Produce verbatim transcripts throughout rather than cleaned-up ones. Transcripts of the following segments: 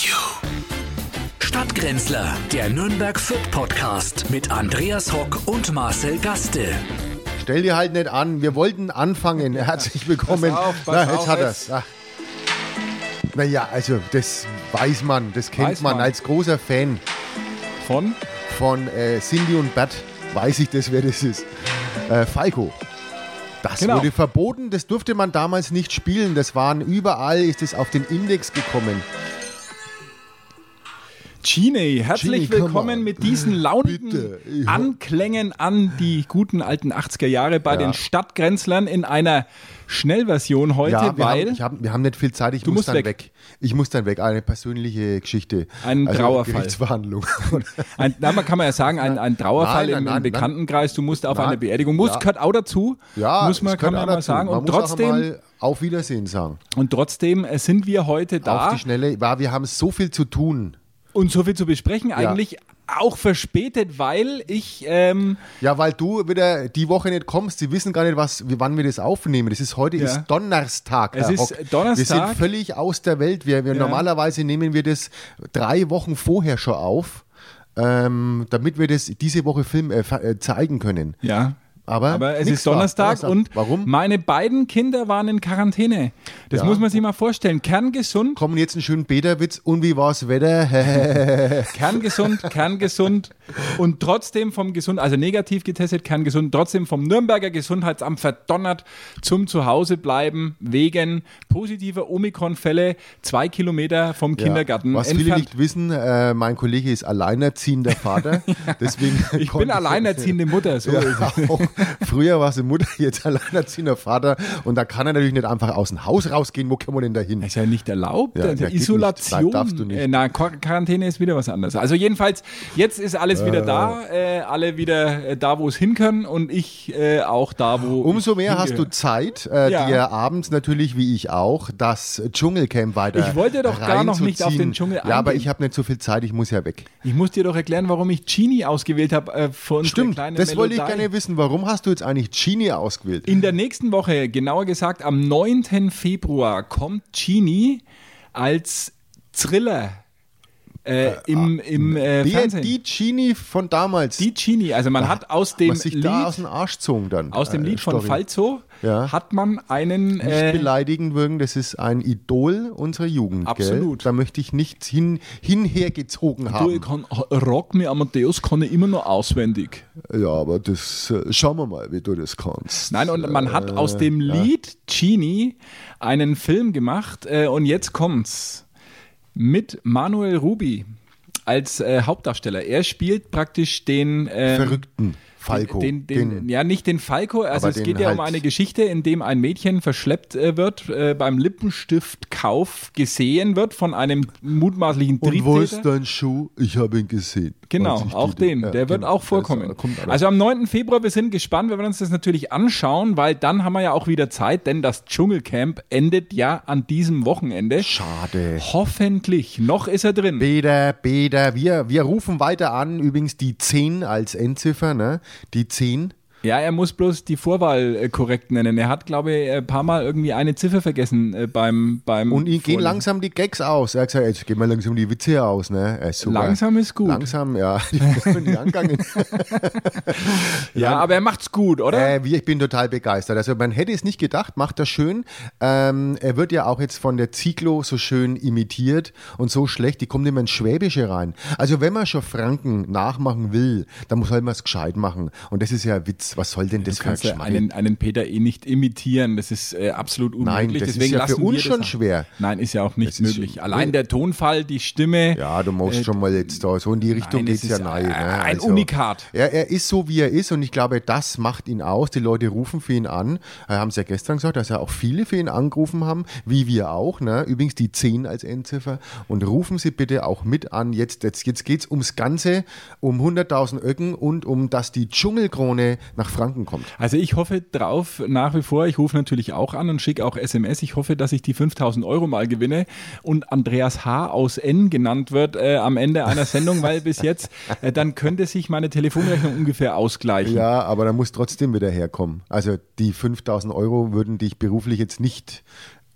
you. Stadtgrenzler, der Nürnberg Fürth Podcast mit Andreas Hock und Marcel Gaste. Stell dir halt nicht an, wir wollten anfangen. Herzlich willkommen. Pass auf, pass Na, jetzt auf, hat jetzt. er's. Naja, also das weiß man, das kennt Weiß man. man. Als großer Fan Von? von äh, Cindy und Bert weiß ich das, wer das ist. Äh, Falco. Das Genau. wurde verboten, das durfte man damals nicht spielen. Das waren überall, ist es auf den Index gekommen. Genie, herzlich Genie, come willkommen on. mit diesen launigen Bitte, ja. Anklängen an die guten alten achtziger Jahre bei Ja. den Stadtgrenzlern in einer Schnellversion heute, Ja, wir, weil haben, ich hab, wir haben nicht viel Zeit, ich Du muss musst dann weg. weg. Ich muss dann weg, eine persönliche Geschichte. Ein also Trauerfall. Gerichtsverhandlung. ein, na, man kann man ja sagen, ein, ein Trauerfall Nein, nein, im, nein, im Bekanntenkreis, du musst auf nein. eine Beerdigung, musst, Ja. gehört auch dazu, Ja, muss man, es kann gehört man auch mal dazu. sagen. Man Und muss auch trotzdem, mal auf Wiedersehen sagen. und trotzdem äh, sind wir heute Auf da die Schnelle. Ja, wir haben so viel zu tun. und so viel zu besprechen, eigentlich auch verspätet, weil ich... Ähm, Ja, weil du wieder die Woche nicht kommst. Sie wissen gar nicht, was, wie- wann wir das aufnehmen. Das ist heute Ja. ist Donnerstag. Es Herr ist Hock. Donnerstag. Wir sind völlig aus der Welt. Wir, wir Ja. Normalerweise nehmen wir das drei Wochen vorher schon auf, ähm, damit wir das diese Woche Film äh, ver- äh, zeigen können. ja, Aber, Aber es nix ist war. Donnerstag, und warum? meine beiden Kinder waren in Quarantäne. Das Ja. muss man sich mal vorstellen. Kerngesund, Kommen jetzt einen schönen Beta-Witz. Und wie war's Wetter? kerngesund, kerngesund und trotzdem vom Gesund, also negativ getestet, kerngesund, trotzdem vom Nürnberger Gesundheitsamt verdonnert zum Zuhause bleiben wegen positiver Omikron-Fälle zwei Kilometer vom Kindergarten Ja. Was viele entfernt. nicht wissen, äh, mein Kollege ist alleinerziehender Vater. Deswegen Ich bin konnte- alleinerziehende Mutter. So ist es. Ja, auch. Früher war sie Mutter, jetzt alleinerziehender Vater. Und da kann er natürlich nicht einfach aus dem Haus rausgehen. Wo kann man denn da hin? Das ist ja nicht erlaubt. Ja, Also ja, geht Isolation. nicht. Darfst du nicht. Äh, na, Quar- Quarantäne ist wieder was anderes. Also jedenfalls, jetzt ist alles wieder da. Äh, alle wieder äh, da, wo es hin können. Und ich äh, auch da, wo Umso ich mehr hast du hingehöre. Zeit, äh, Ja. dir abends natürlich, wie ich auch, das Dschungelcamp weiter Ich wollte doch gar noch nicht auf den reinzuziehen. Dschungel Ja, aber eingehen. ich habe nicht so viel Zeit, ich muss ja weg. Ich muss dir doch erklären, warum ich Genie ausgewählt habe äh, für unsere Stimmt, kleine das wollte ich Melodie. gerne wissen. Warum hast du jetzt eigentlich Genie ausgewählt? In der nächsten Woche, genauer gesagt am neunten Februar, kommt Genie als Thriller äh, im, im äh, Die, Fernsehen. die Genie von damals, Die Genie, also man hat aus dem was sich Lied, da aus dem Arsch zogen dann. aus dem äh, Lied von Story. Falzo, Ja. hat man einen, Nicht äh, beleidigen würden, das ist ein Idol unserer Jugend. Absolut. Gell? Da möchte ich nichts hin, hinhergezogen du, haben. ich kann, Rock Me Amadeus kann ich immer noch auswendig. Ja, aber das äh, schauen wir mal, wie du das kannst. Nein, und man hat aus Äh, dem Lied Genie einen Film gemacht äh, und jetzt kommt's. Mit Manuel Rubi als äh, Hauptdarsteller. Er spielt praktisch den äh, Verrückten Falco. Den, den, ja, nicht den Falco, also Aber es den geht ja um halt- eine Geschichte, in dem ein Mädchen verschleppt äh, wird, äh, beim Lippenstiftkauf gesehen wird von einem mutmaßlichen Und wo ist Triebtäter. dein Schuh? Ich habe ihn gesehen. Genau, Als ich auch die- den, ja, der wird genau. auch vorkommen. Das, äh, kommt alles. Also am neunten Februar, wir sind gespannt, wir werden uns das natürlich anschauen, weil dann haben wir ja auch wieder Zeit, denn das Dschungelcamp endet ja an diesem Wochenende. Schade. Hoffentlich, noch ist er drin. Beda, Beda, wir, wir rufen weiter an, übrigens die zehn als Endziffer, ne? Die zehn. Ja, er muss bloß die Vorwahl äh, korrekt nennen. Er hat, glaube ich, ein paar Mal irgendwie eine Ziffer vergessen äh, beim, beim Und ihm gehen Vorlesen. langsam die Gags aus. Er hat gesagt, jetzt gehen wir langsam die Witze aus, ne? Äh, super. Langsam ist gut. Langsam, ja. Die müssen nicht angegangen. Ja, aber er macht's gut, oder? Äh, wie, ich bin total begeistert. Also man hätte es nicht gedacht, macht er schön. Ähm, er wird ja auch jetzt von der Ziglo so schön imitiert und so schlecht, die kommt immer ins Schwäbische rein. Also wenn man schon Franken nachmachen will, dann muss man es gescheit machen. Und das ist ja ein Witz. Was soll denn das Du für ein kannst ja Geschmack? einen, einen Peter eh nicht imitieren. Das ist äh, absolut unmöglich. Nein, das ist Deswegen ja für lassen wir uns das schon auch. schwer. Nein, ist ja auch nicht Das ist möglich. schon- Allein der Tonfall, die Stimme. Ja, du musst schon mal jetzt da, so in die Richtung Nein, geht es es ja ist rein. Ne? ein Unikat. Er, er ist so, wie er ist und ich glaube, das macht ihn aus. Die Leute rufen für ihn an. Wir haben es ja gestern gesagt, dass ja auch viele für ihn angerufen haben, wie wir auch. Ne? Übrigens die zehn als Endziffer. Und rufen Sie bitte auch mit an. Jetzt, jetzt, jetzt geht es ums Ganze, um hunderttausend Öcken und um, dass die Dschungelkrone nach Franken kommt. Also ich hoffe drauf nach wie vor. Ich rufe natürlich auch an und schicke auch S M S. Ich hoffe, dass ich die fünftausend Euro mal gewinne und Andreas H. aus N genannt wird äh, am Ende einer Sendung, weil bis jetzt, äh, dann könnte sich meine Telefonrechnung ungefähr ausgleichen. Ja, aber da muss trotzdem wieder herkommen. Also die fünftausend Euro würden dich beruflich jetzt nicht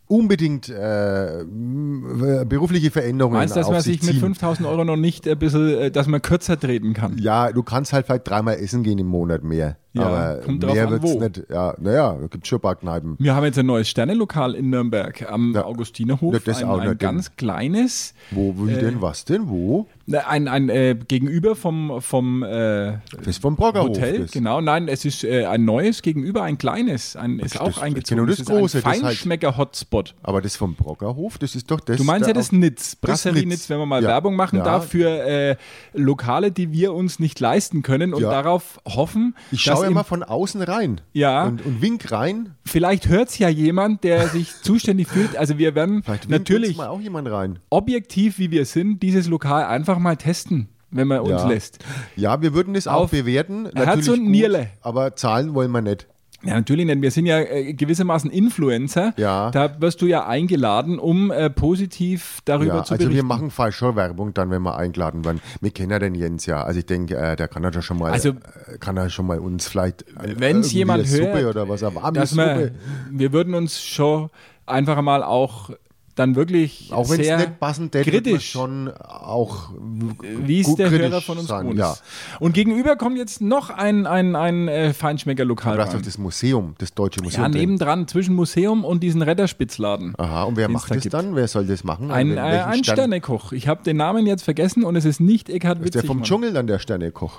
unbedingt äh, m- berufliche Veränderungen Meinst du, dass auf man sich sich mit ziehen. fünftausend Euro noch nicht ein bisschen, äh, dass man kürzer treten kann? Ja, du kannst halt vielleicht dreimal essen gehen im Monat mehr. Ja, aber kommt drauf mehr an, wird's wo. nicht. Ja, naja, da gibt es schon ein paar Kneipen. Wir haben jetzt ein neues Sternelokal in Nürnberg am Ja. Augustinerhof. Ja, das ein auch ein nicht. ganz kleines, Wo, wie denn, was denn, wo? ein, ein äh, gegenüber vom, vom äh, Das ist vom Broggerhof. Hotel. das. Genau, nein, es ist äh, ein neues gegenüber, ein kleines. Ein, ist Das- auch das- eingezogen. genau das ist Große, ein das halt- Feinschmecker-Hotspot. Aber das vom Broggerhof, das ist doch das. Du meinst da ja das auf- Nitz, das Brasserie Nitz. Nitz, wenn wir mal Ja. Werbung machen Ja. darf für äh, Lokale, die wir uns nicht leisten können und Ja. darauf hoffen, Ich dass schaue ja im- mal von außen rein. Ja. Und, und wink rein. vielleicht hört es ja jemand, der sich zuständig fühlt. Also wir werden Vielleicht winkt natürlich uns mal auch jemand rein. objektiv, wie wir sind, dieses Lokal einfach mal testen, wenn man uns Ja. lässt. Ja, wir würden das auch Auf bewerten. Herz natürlich und gut, Nierle. Aber zahlen wollen wir nicht. Ja, natürlich nicht. Wir sind ja äh, gewissermaßen Influencer. Ja. Da wirst du ja eingeladen, um äh, positiv darüber Ja, zu also berichten. wir machen falsch schon Werbung dann, wenn wir eingeladen werden. Wir kennen ja den Jens ja. Also ich denke, äh, der kann ja schon mal, Also- äh, kann er schon mal uns vielleicht äh, Wenn es irgendwie jemand eine Suppe hört, oder was, eine warme dass wir, Suppe. wir würden uns schon einfach mal auch dann wirklich Auch wenn es sehr nicht passend ist, wird man kritisch, schon auch wie es gut der kritisch Hörer von uns sein, gewohnt ja. ist. Und gegenüber kommt jetzt noch ein, ein, ein äh, Du Feinschmecker-Lokal hast doch rein. das Museum, das Deutsche Museum. Ja, drin. nebendran, zwischen Museum und diesen Retterspitzladen. Aha, und wer den's macht da das gibt. dann? Wer soll das machen? Ein, Wel- äh, welchen ein Stern- Sternekoch. Ich habe den Namen jetzt vergessen und es ist nicht Eckhard Ist der Witzig. vom Dschungel dann der Sternekoch?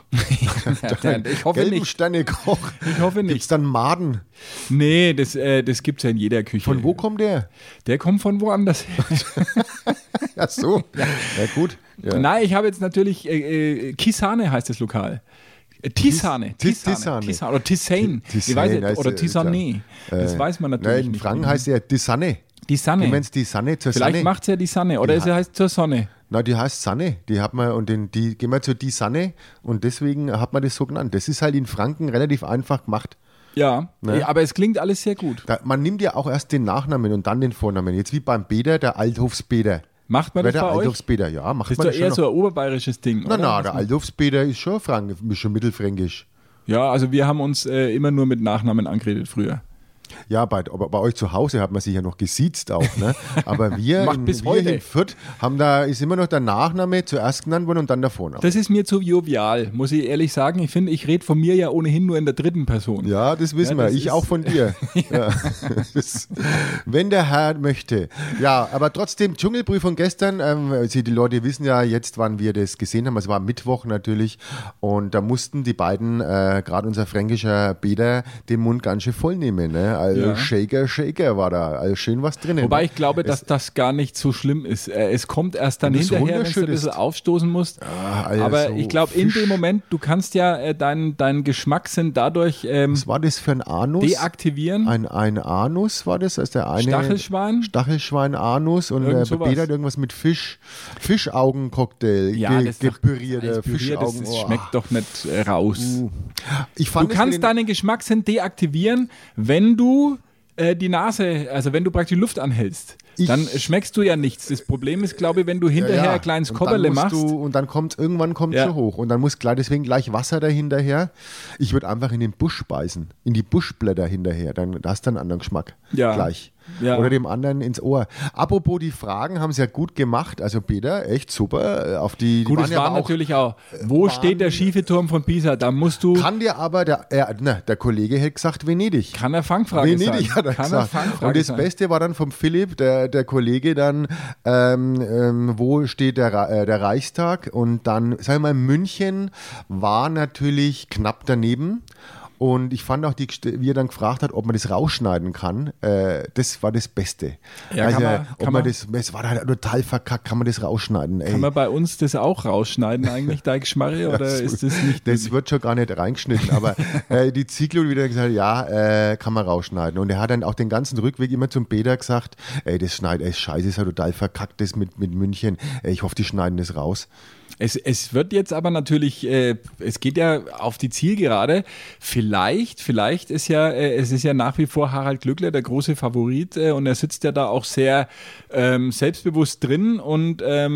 ich hoffe Gelben nicht. Sternekoch. Ich hoffe Gibt es nicht. dann Maden? Nee, das, äh, das gibt es ja in jeder Küche. Von wo kommt der? Der kommt von woanders her. Ach so. Ja, gut. Ja. Nein, ich habe jetzt natürlich, äh, äh, Kisane heißt das Lokal. Äh, Tisane. Tis- Tisane. Tisane. Tisane. Oder Tisane. Tisane Ich weiß nicht, heißt oder ja, Tisane. Das Äh, weiß man Nein, natürlich in nicht. Franken heißt er die Sanne. Die Du Sanne. meinst die Sanne zur Vielleicht Sanne? macht es ja die Sanne. Oder Die es heißt zur Sonne. Na, die heißt Sanne. Die hat man und den, die gehen wir zur die Sanne und deswegen hat man das so genannt. Das ist halt in Franken relativ einfach gemacht. Ja, Ne? aber es klingt alles sehr gut. Da, man nimmt ja auch erst den Nachnamen und dann den Vornamen. Jetzt wie beim Beder, der Althofsbeder. Macht man Wer das der bei euch? Althofsbeder, ja, macht Das ist man doch das eher schon. so ein oberbayerisches Ding. Na, oder? na, Was der man- Althofsbeder ist schon, Frank, ist schon mittelfränkisch. Ja, also wir haben uns äh, immer nur mit Nachnamen angeredet früher. Ja, bei, aber bei euch zu Hause hat man sich ja noch gesiezt auch, ne? Aber wir, Macht in, bis wir heute. in Fürth haben da, ist immer noch der Nachname zuerst genannt worden und dann der Vorname. Das ist mir zu jovial, muss ich ehrlich sagen. Ich finde, ich rede von mir ja ohnehin nur in der dritten Person. Ja, das wissen Ja, das wir. Ich ist- auch von dir. ja. das, wenn der Herr möchte. Ja, aber trotzdem, Dschungelprüfung gestern. Ähm, also die Leute wissen ja jetzt, wann wir das gesehen haben. Es war Mittwoch natürlich. Und da mussten die beiden, äh, gerade unser fränkischer Beder, den Mund ganz schön voll nehmen. Ne? Also Ja. Shaker, Shaker war da. Also schön was drinnen. Wobei ich glaube, dass das gar nicht so schlimm ist. Äh, Es kommt erst dann Wenn du's hinterher, wenn du ein runterschüttest. bisschen aufstoßen musst. also Aber ich glaube, in Fisch. dem Moment, du kannst ja äh, deinen dein Geschmackssinn dadurch ähm, Was war das für ein Anus? deaktivieren. Ein, ein Anus war das, als der eine. Stachelschwein? Stachelschwein, Anus und Irgend äh, sowas. Peter hat irgendwas mit Fisch, Fischaugencocktail, Ja, ge, das ist doch gepürierte Eis püriert, das, Fischaugen. das Oh. schmeckt doch nicht äh, raus. Ich Du fand es mit kannst den- deinen Geschmackssinn deaktivieren, wenn du äh, die Nase, also wenn du praktisch die Luft anhältst. Ich- Dann schmeckst du ja nichts. Das Problem ist, glaube ich, wenn du hinterher Ja, ja. ein kleines Und Kobberle dann musst machst. Du, und dann kommt irgendwann kommt Ja. schon hoch. Und dann muss gleich, deswegen gleich Wasser dahinterher. Ich würde einfach in den Busch beißen, in die Buschblätter hinterher. Dann da hast du einen anderen Geschmack. Ja. Gleich. Ja. Oder dem anderen ins Ohr. Apropos die Fragen haben sie ja gut gemacht. Also Peter, echt super. Auf die, die Gut, es ja war aber auch- natürlich auch, wo waren- steht der schiefe Turm von Pisa? Da musst du, Kann dir aber, der, äh, na, der Kollege hätte gesagt Venedig. kann er Fangfrage Venedig sein. hat er kann gesagt. Er Fangfrage Und das sein. Beste war dann vom Philipp, der, der Kollege dann, ähm, ähm, wo steht der, Ra- äh, der Reichstag? Und dann, sagen wir mal, München war natürlich knapp daneben. Und ich fand auch, die, wie er dann gefragt hat, ob man das rausschneiden kann, äh, das war das Beste. Ja, also, kann man- ob kann man man- das, es war da total verkackt, kann man das rausschneiden? Ey. Kann man bei uns das auch rausschneiden eigentlich, dein Geschmarre, oder Das- ist das nicht? Das wird schon gar nicht reingeschnitten, aber äh, die Ziegler wieder gesagt, ja, äh, kann man rausschneiden. Und er hat dann auch den ganzen Rückweg immer zum Peter gesagt, ey, das schneidet, ey, scheiße, ist ja total verkackt, das mit, mit München. Ey, ich hoffe, die schneiden das raus. Es, es wird jetzt aber natürlich, äh, es geht ja auf die Zielgerade. Vielleicht, vielleicht ist ja, äh, es ist ja nach wie vor Harald Glöckler der große Favorit äh, und er sitzt ja da auch sehr ähm, selbstbewusst drin und ähm,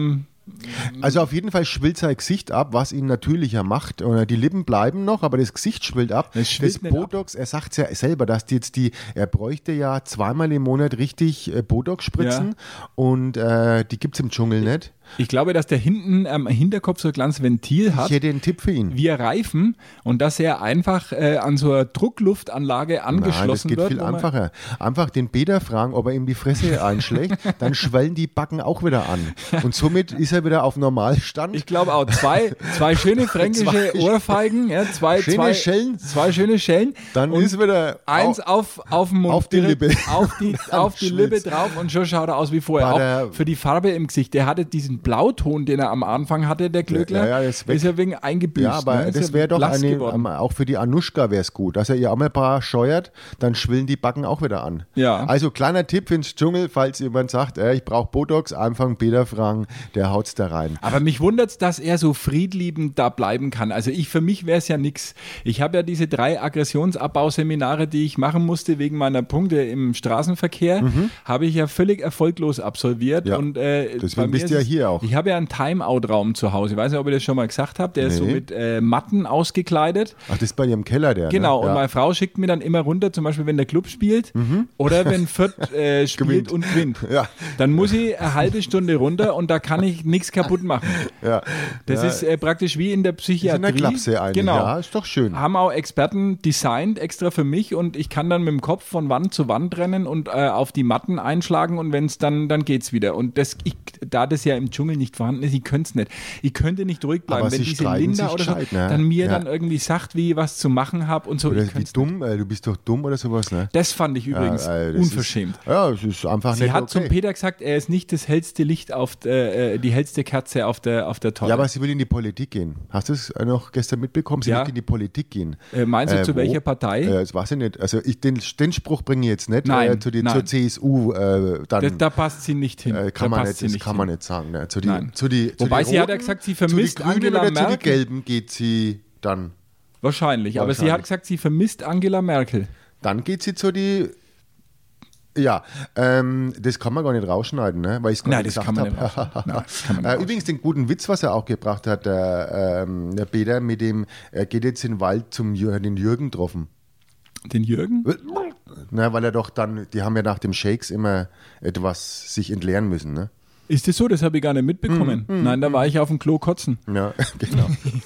Also auf jeden Fall schwillt sein Gesicht ab, was ihn natürlicher macht. Und die Lippen bleiben noch, aber das Gesicht schwillt ab. Das schwillt das nicht Botox, ab. Er sagt es ja selber, dass die jetzt die, er bräuchte ja zweimal im Monat richtig äh, Botox spritzen Ja. und äh, die gibt es im Dschungel nicht. Ich glaube, dass der hinten am Hinterkopf so ein kleines Ventil hat. Ich hätte einen Tipp für ihn. Wie ein Reifen und dass er einfach äh, an so einer Druckluftanlage angeschlossen Nein, das geht wird. viel wo man- einfacher. Einfach den Peter fragen, ob er ihm die Fresse einschlägt, dann schwellen die Backen auch wieder an. Und somit ist er wieder auf Normalstand. Ich glaube auch zwei, zwei schöne fränkische Zwei- Ohrfeigen, ja, zwei, Schöne zwei Schellen. zwei schöne Schellen. Dann und ist wieder eins au- auf, auf den Mund, auf die direkt Lippe. auf die, Dann auf die Lippe schwillt's. drauf und schon schaut er aus wie vorher. Bei Auch der- für die Farbe im Gesicht. Der hatte diesen Blauton, den er am Anfang hatte, der Glöckler. Ja, ja, ist weg. ist ja wegen eingebüßt. Ja, aber ne? Ist das ja wäre doch blass eine, geworden. ähm, auch für die Anuschka wäre es gut, dass er ihr einmal ein paar scheuert, dann schwillen die Backen auch wieder an. Ja. Also kleiner Tipp ins Dschungel, falls jemand sagt, äh, ich brauche Botox, einfach Peter fragen, der haut's da rein. Aber mich wundert es, dass er so friedliebend da bleiben kann. Also ich, für mich wäre es ja nichts. Ich habe ja diese drei Aggressionsabbauseminare, die ich machen musste wegen meiner Punkte im Straßenverkehr, habe ich ja völlig erfolglos absolviert. Ja, Und, äh, deswegen bei mir bist ist du ja es- hier auch. Ich habe ja einen Timeout-Raum zu Hause. Ich weiß nicht, ob ich das schon mal gesagt habe. Der ist so Nee. mit äh, Matten ausgekleidet. Ach, das ist bei dir im Keller, der. Genau, ne? und Ja. meine Frau schickt mir dann immer runter, zum Beispiel wenn der Club spielt oder wenn Fürth äh, spielt Gewinnt. und gewinnt. Ja. Dann muss ich eine halbe Stunde runter und da kann ich nichts kaputt machen. Ja. Das ja. ist äh, praktisch wie in der Ist Psychiatrie. in der Klapse eigentlich. Genau. Ja, ist doch schön. Haben auch Experten designt extra für mich und ich kann dann mit dem Kopf von Wand zu Wand rennen und äh, auf die Matten einschlagen und wenn es dann, dann geht's wieder. Und das, ich, da das ja im Dschungel nicht vorhanden ist, ich könnte es nicht. Ich könnte nicht ruhig bleiben, Aber wenn sie diese streiten Linda sich oder so gescheit, ne? dann mir Ja. dann irgendwie sagt, wie ich was zu machen habe und so. Oder Ich wie könnte dumm, äh, du bist doch dumm oder sowas, ne? Das fand ich übrigens Ja, äh, das unverschämt. Ist, ja, es ist einfach Sie nicht hat okay. zum Peter gesagt, er ist nicht das hellste Licht auf der, äh, die hellste Kerze auf der, auf der Torte. Ja, aber sie will in die Politik gehen. Hast du es noch gestern mitbekommen? Sie Ja. will in die Politik gehen. Äh, meinst du, zu wo? welcher Partei? Äh, das weiß ich nicht. Also ich, den, den Spruch bringe ich jetzt nicht. Nein, äh, zu die, nein. Zur C S U. Äh, dann, da, da passt sie nicht hin. äh, kann da man passt nicht, sie das kann hin. man nicht sagen. Ne? Zu die, Nein. zu die, zu Wobei die sie hat ja Roten, gesagt, sie zu vermisst die Grünen Angela oder zu Merkel. die Gelben geht sie dann. Wahrscheinlich, aber sie Wahrscheinlich. hat gesagt, sie vermisst Angela Merkel. Dann geht sie zu die. Ja, ähm, das kann man gar nicht rausschneiden, ne? Weil ich's gar Nein, nicht das gesagt kann man hab. nicht rausschneiden. Nein, das kann man nicht äh, rausschneiden. übrigens den guten Witz, was er auch gebracht hat, der, ähm, der Peter mit dem, er geht jetzt in den Wald zum Jür- den Jürgen getroffen. Den Jürgen? Na, weil er doch dann, die haben ja nach dem Shakes immer etwas sich entleeren müssen, ne? Ist das so? Das habe ich gar nicht mitbekommen. Hm, Nein, da war ich auf dem Klo kotzen. Ja, genau.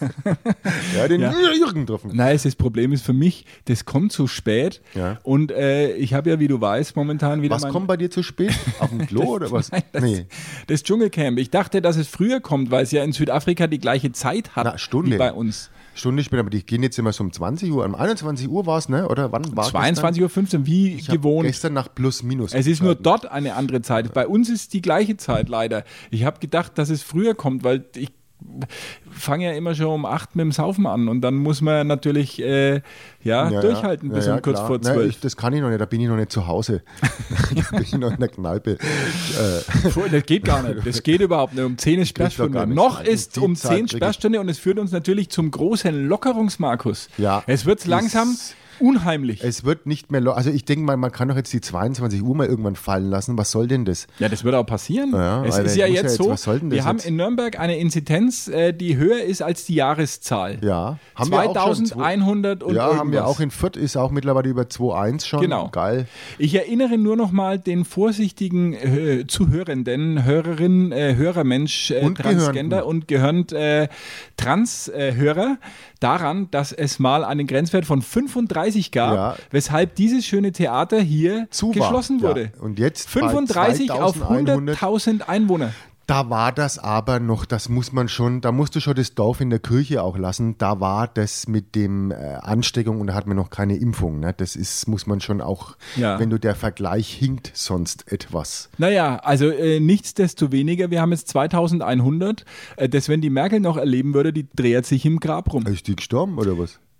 ja, den Ja. Jürgen getroffen. Nein, das Problem ist für mich, das kommt zu spät. Ja. Und äh, ich habe ja, wie du weißt, momentan wieder Was mein... kommt bei dir zu spät? Auf dem Klo oder was? Nein, das, nee. das Dschungelcamp. Ich dachte, dass es früher kommt, weil es ja in Südafrika die gleiche Zeit hat Na, Stunde. wie bei uns. Stunde später, aber die gehen jetzt immer so um zwanzig Uhr. Um einundzwanzig Uhr war es, ne? Oder wann war es? zweiundzwanzig Uhr fünfzehn, wie Ich hab gewohnt. gestern nach plus minus. Es ist nur geschaut. dort eine andere Zeit. Bei uns ist die gleiche Zeit leider. Ich habe gedacht, dass es früher kommt, weil ich fange ja immer schon um acht mit dem Saufen an und dann muss man natürlich äh, ja, Ja, durchhalten ja, bis ja, um kurz klar. vor Nein, zwölf. ich, das kann ich noch nicht, da bin ich noch nicht zu Hause. da bin ich noch in der Kneipe. Äh, Das geht gar nicht. Das geht überhaupt nicht. Um zehn ist Geht doch Sperrstunde. gar nicht. Noch Nein, ist die um Zeit zehn krieg ich- Sperrstunde und es führt uns natürlich zum großen Lockerungsmarkus. Ja. Es wird Ist- langsam unheimlich. es wird nicht mehr, lo- also ich denke mal, man kann doch jetzt die zweiundzwanzig Uhr mal irgendwann fallen lassen. Was soll denn das? Ja, das wird auch passieren. Ja, es Alter, ist ja ich muss jetzt, ja jetzt- so, was soll denn das wir haben jetzt? in Nürnberg eine Inzidenz, äh, die höher ist als die Jahreszahl. Ja. Haben wir auch schon zweitausendeinhundert und Ja, haben wir irgendwas. auch in Fürth, ist auch mittlerweile über zwei Komma eins schon. Genau. Geil. Ich erinnere nur noch mal den vorsichtigen äh, Zuhörenden, Hörerin, äh, Hörermensch, äh, Und Transgender Gehörnten. und gehörend äh, Trans-Hörer daran, dass es mal einen Grenzwert von fünfunddreißig gab, Ja. weshalb dieses schöne Theater hier Zu war. geschlossen Ja. wurde. Und jetzt bei fünfunddreißig auf zweitausendeinhundert. hunderttausend Einwohner. Da war das aber noch, das muss man schon, da musst du schon das Dorf in der Kirche auch lassen. Da war das mit dem äh, Ansteckung und da hat man noch keine Impfung. Ne? Das ist, muss man schon auch, Ja. wenn du der Vergleich hinkt, sonst etwas. Naja, also äh, nichtsdestoweniger, wir haben jetzt zweitausendeinhundert. Äh, das, wenn die Merkel noch erleben würde, die dreht sich im Grab rum. Ist die gestorben oder was?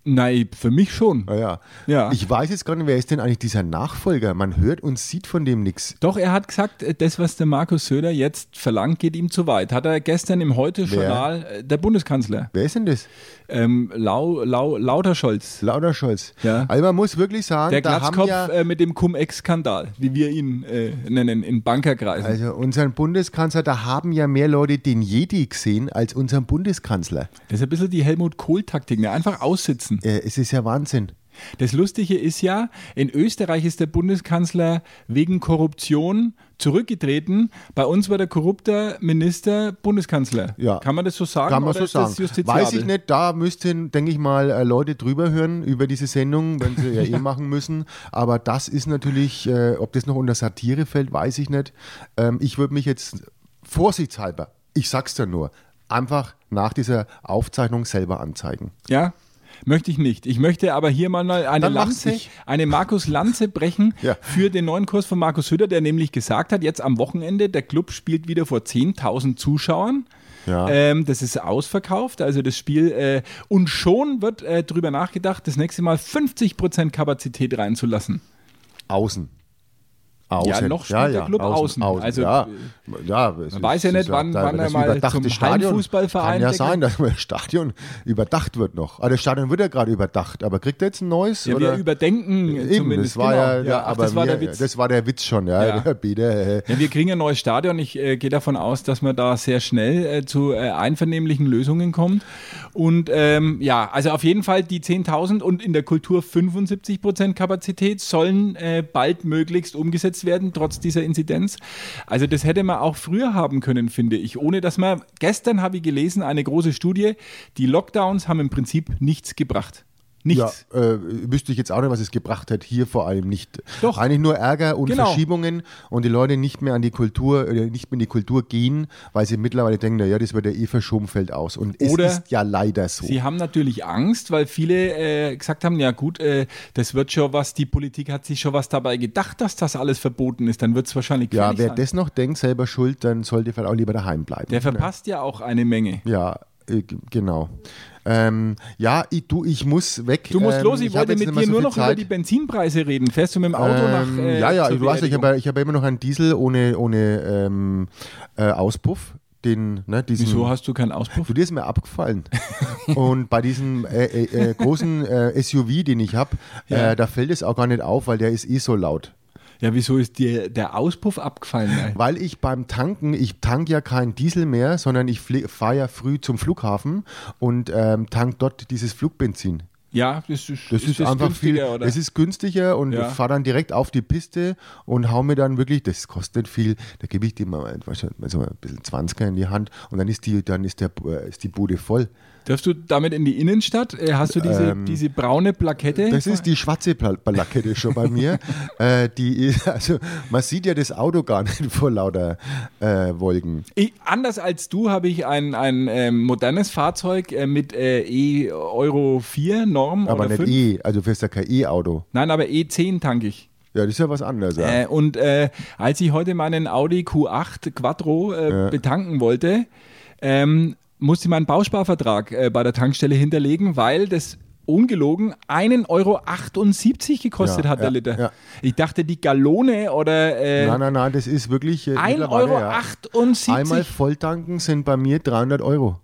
Nein, für mich schon. Ah, ja. Ja. Ich weiß jetzt gar nicht, wer ist denn eigentlich dieser Nachfolger? Man hört und sieht von dem nichts. Doch, er hat gesagt, äh, das, was der Markus Söder jetzt verlangt, geht ihm zu weit. Hat er gestern im Heute-Journal, äh, der Bundeskanzler, Wer ist denn das? ähm, Lau, Lau, Lauterscholz, Lauter Scholz. Ja. Also man muss wirklich sagen, der da haben Glatzkopf ja, äh, mit dem Cum-Ex-Skandal, wie wir ihn äh, nennen, in Bankerkreisen. also unseren Bundeskanzler, da haben ja mehr Leute den Jedi gesehen als unseren Bundeskanzler. Das ist ein bisschen die Helmut-Kohl-Taktik, ne? Einfach aussitzen. Äh, es ist ja Wahnsinn. Das Lustige ist ja, in Österreich ist der Bundeskanzler wegen Korruption zurückgetreten. Bei uns war der korrupte Minister Bundeskanzler. Ja. Kann man das so sagen? Kann man oder so ist das sagen. justiziabel? Weiß ich nicht, da müssten, denke ich mal, äh, Leute drüber hören über diese Sendung, wenn sie ja eh machen müssen. Aber das ist natürlich, äh, ob das noch unter Satire fällt, weiß ich nicht. Ähm, ich würde mich jetzt vorsichtshalber, ich sag's dir nur, einfach nach dieser Aufzeichnung selber anzeigen. Ja, möchte ich nicht. Ich möchte aber hier mal eine Dann mach's Lanze, nicht. eine Markus-Lanze brechen Ja. für den neuen Kurs von Markus Söder, der nämlich gesagt hat, jetzt am Wochenende, der Club spielt wieder vor zehntausend Zuschauern. Ja. Ähm, das ist ausverkauft, also das Spiel. Äh, und schon wird äh, drüber nachgedacht, das nächste Mal fünfzig Prozent Kapazität reinzulassen. Außen. Außen. Ja, noch spielt der Club außen. Also, ja, ja, es man weiß ja es nicht, ist wann- da- wann er das mal überdachte zum Stadion Heimfußballverein Kann ja der sein, dass das Stadion überdacht wird noch. Aber das Stadion wird ja gerade überdacht. Aber kriegt er jetzt ein neues? Ja, oder? wir überdenken Eben, zumindest. das war genau. ja, ja, ach, aber das war wir, der Witz. Das war der Witz schon, ja. Ja. Der Bieder, äh, Ja, wir kriegen ein neues Stadion. Ich äh, gehe davon aus, dass man da sehr schnell äh, zu äh, einvernehmlichen Lösungen kommt. Und ähm, ja, also auf jeden Fall die zehntausend und in der Kultur fünfundsiebzig Prozent Kapazität sollen äh, bald möglichst umgesetzt werden, trotz dieser Inzidenz. Also das hätte man auch früher haben können, finde ich. Ohne dass man, gestern habe ich gelesen, eine große Studie, die Lockdowns haben im Prinzip nichts gebracht. Nichts. Ja, äh, wüsste ich jetzt auch nicht, was es gebracht hat. Hier vor allem nicht. Doch. Eigentlich nur Ärger und Genau. Verschiebungen und die Leute nicht mehr an die Kultur, äh, nicht mehr in die Kultur gehen, weil sie mittlerweile denken, na ja, das wird ja eh verschoben, fällt aus. Und es Oder ist ja leider so. Sie haben natürlich Angst, weil viele äh, gesagt haben, ja gut, äh, das wird schon was, die Politik hat sich schon was dabei gedacht, dass das alles verboten ist, dann wird es wahrscheinlich Ja, gefährlich wer sein. das noch denkt, selber schuld, dann sollte vielleicht auch lieber daheim bleiben. Der verpasst ja auch eine Menge. Ja, äh, g- genau. Ähm, ja, ich, du, ich muss weg. Du musst ähm, los, ich, hab wollte jetzt mit nicht mehr dir so nur viel noch über Zeit. die Benzinpreise reden. Fährst du mit dem Auto Ähm, nach äh, Ja, ja, zur du weißt, ich Beerdigung? habe ich hab immer noch einen Diesel ohne, ohne ähm, äh, Auspuff. Den, ne, diesen, Wieso hast du keinen Auspuff? Du, dir ist mir abgefallen. Und bei diesem äh, äh, äh, großen äh, S U V, den ich habe, Ja. äh, da fällt es auch gar nicht auf, weil der ist eh so laut. Ja, wieso ist dir der Auspuff abgefallen? Weil ich beim Tanken, ich tank ja keinen Diesel mehr, sondern ich fahre ja früh zum Flughafen und ähm, tank dort dieses Flugbenzin. Ja, das ist, Das ist, einfach viel, günstiger, oder? das ist günstiger und Ja. fahre dann direkt auf die Piste und hau mir dann wirklich, das kostet viel, da gebe ich dir mal so ein bisschen zwanziger in die Hand und dann ist die, dann ist der, ist die Bude voll. Darfst du damit in die Innenstadt? Äh, Hast du diese, Ähm, diese braune Plakette? Das ist die schwarze Pla- Plakette schon bei mir. äh, die ist, also man sieht ja das Auto gar nicht vor lauter äh, Wolken. Ich, anders als du habe ich ein, ein ähm, modernes Fahrzeug äh, mit äh, E Euro vier Norm Aber oder nicht fünf. E, also du fährst ja kein E-Auto. Nein, aber E zehn tanke ich. Ja, das ist ja was anderes. Ja. Äh, und äh, als ich heute meinen Audi Q acht Quattro äh, Ja. betanken wollte, ähm, musste ich meinen Bausparvertrag äh, bei der Tankstelle hinterlegen, weil das ungelogen einen Euro achtundsiebzig gekostet Ja, hat, der ja, Liter. ja. Ich dachte, die Gallone oder äh, Nein, nein, nein, das ist wirklich äh, ein mittlerweile, Euro ja. achtundsiebzig. Einmal volltanken sind bei mir dreihundert Euro.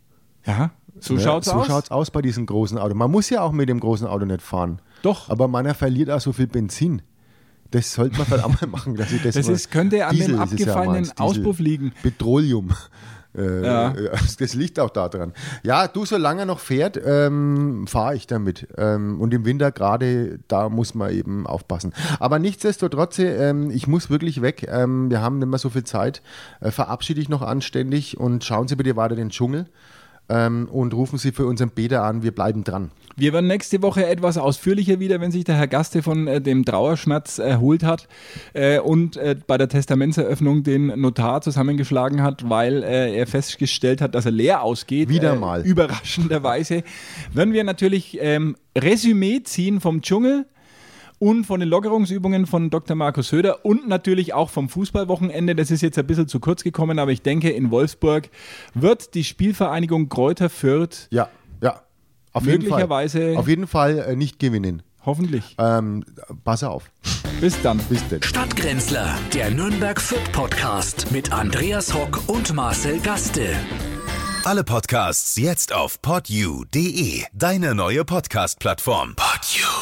Ja, so Ja, schaut's so aus. schaut's aus bei diesem großen Auto. Man muss ja auch mit dem großen Auto nicht fahren. Doch. Aber meiner verliert auch so viel Benzin. Das sollte man vielleicht auch mal machen. Dass ich das Das mal- ist, könnte an Diesel dem ist es ja abgefallenen meins, Diesel. Auspuff liegen. Petroleum. Äh, Ja. Das liegt auch da dran. Ja, du, solange er noch fährt, ähm, fahre ich damit. Ähm, und im Winter gerade, da muss man eben aufpassen. Aber nichtsdestotrotz, ähm, ich muss wirklich weg. Ähm, wir haben nicht mehr so viel Zeit. Äh, verabschiede ich noch anständig und schauen Sie bitte weiter den Dschungel. Ähm, und rufen Sie für unseren Peter an. Wir bleiben dran. Wir werden nächste Woche etwas ausführlicher wieder, wenn sich der Herr Gaste von äh, dem Trauerschmerz erholt hat äh, und äh, bei der Testamentseröffnung den Notar zusammengeschlagen hat, weil äh, er festgestellt hat, dass er leer ausgeht. Wieder äh, mal. Überraschenderweise. Werden wir natürlich ähm, Resümee ziehen vom Dschungel und von den Lockerungsübungen von Doktor Markus Söder und natürlich auch vom Fußballwochenende. Das ist jetzt ein bisschen zu kurz gekommen, aber ich denke, in Wolfsburg wird die Spielvereinigung Greuther Fürth Ja, ja. auf jeden möglicherweise Fall, auf jeden Fall äh, nicht gewinnen. Hoffentlich. Ähm, pass auf. Bis dann. Bis denn. Stadtgrenzler, der Nürnberg Fürth Podcast mit Andreas Hock und Marcel Gaste. Alle Podcasts jetzt auf podyou punkt de, deine neue Podcast-Plattform. Podyou.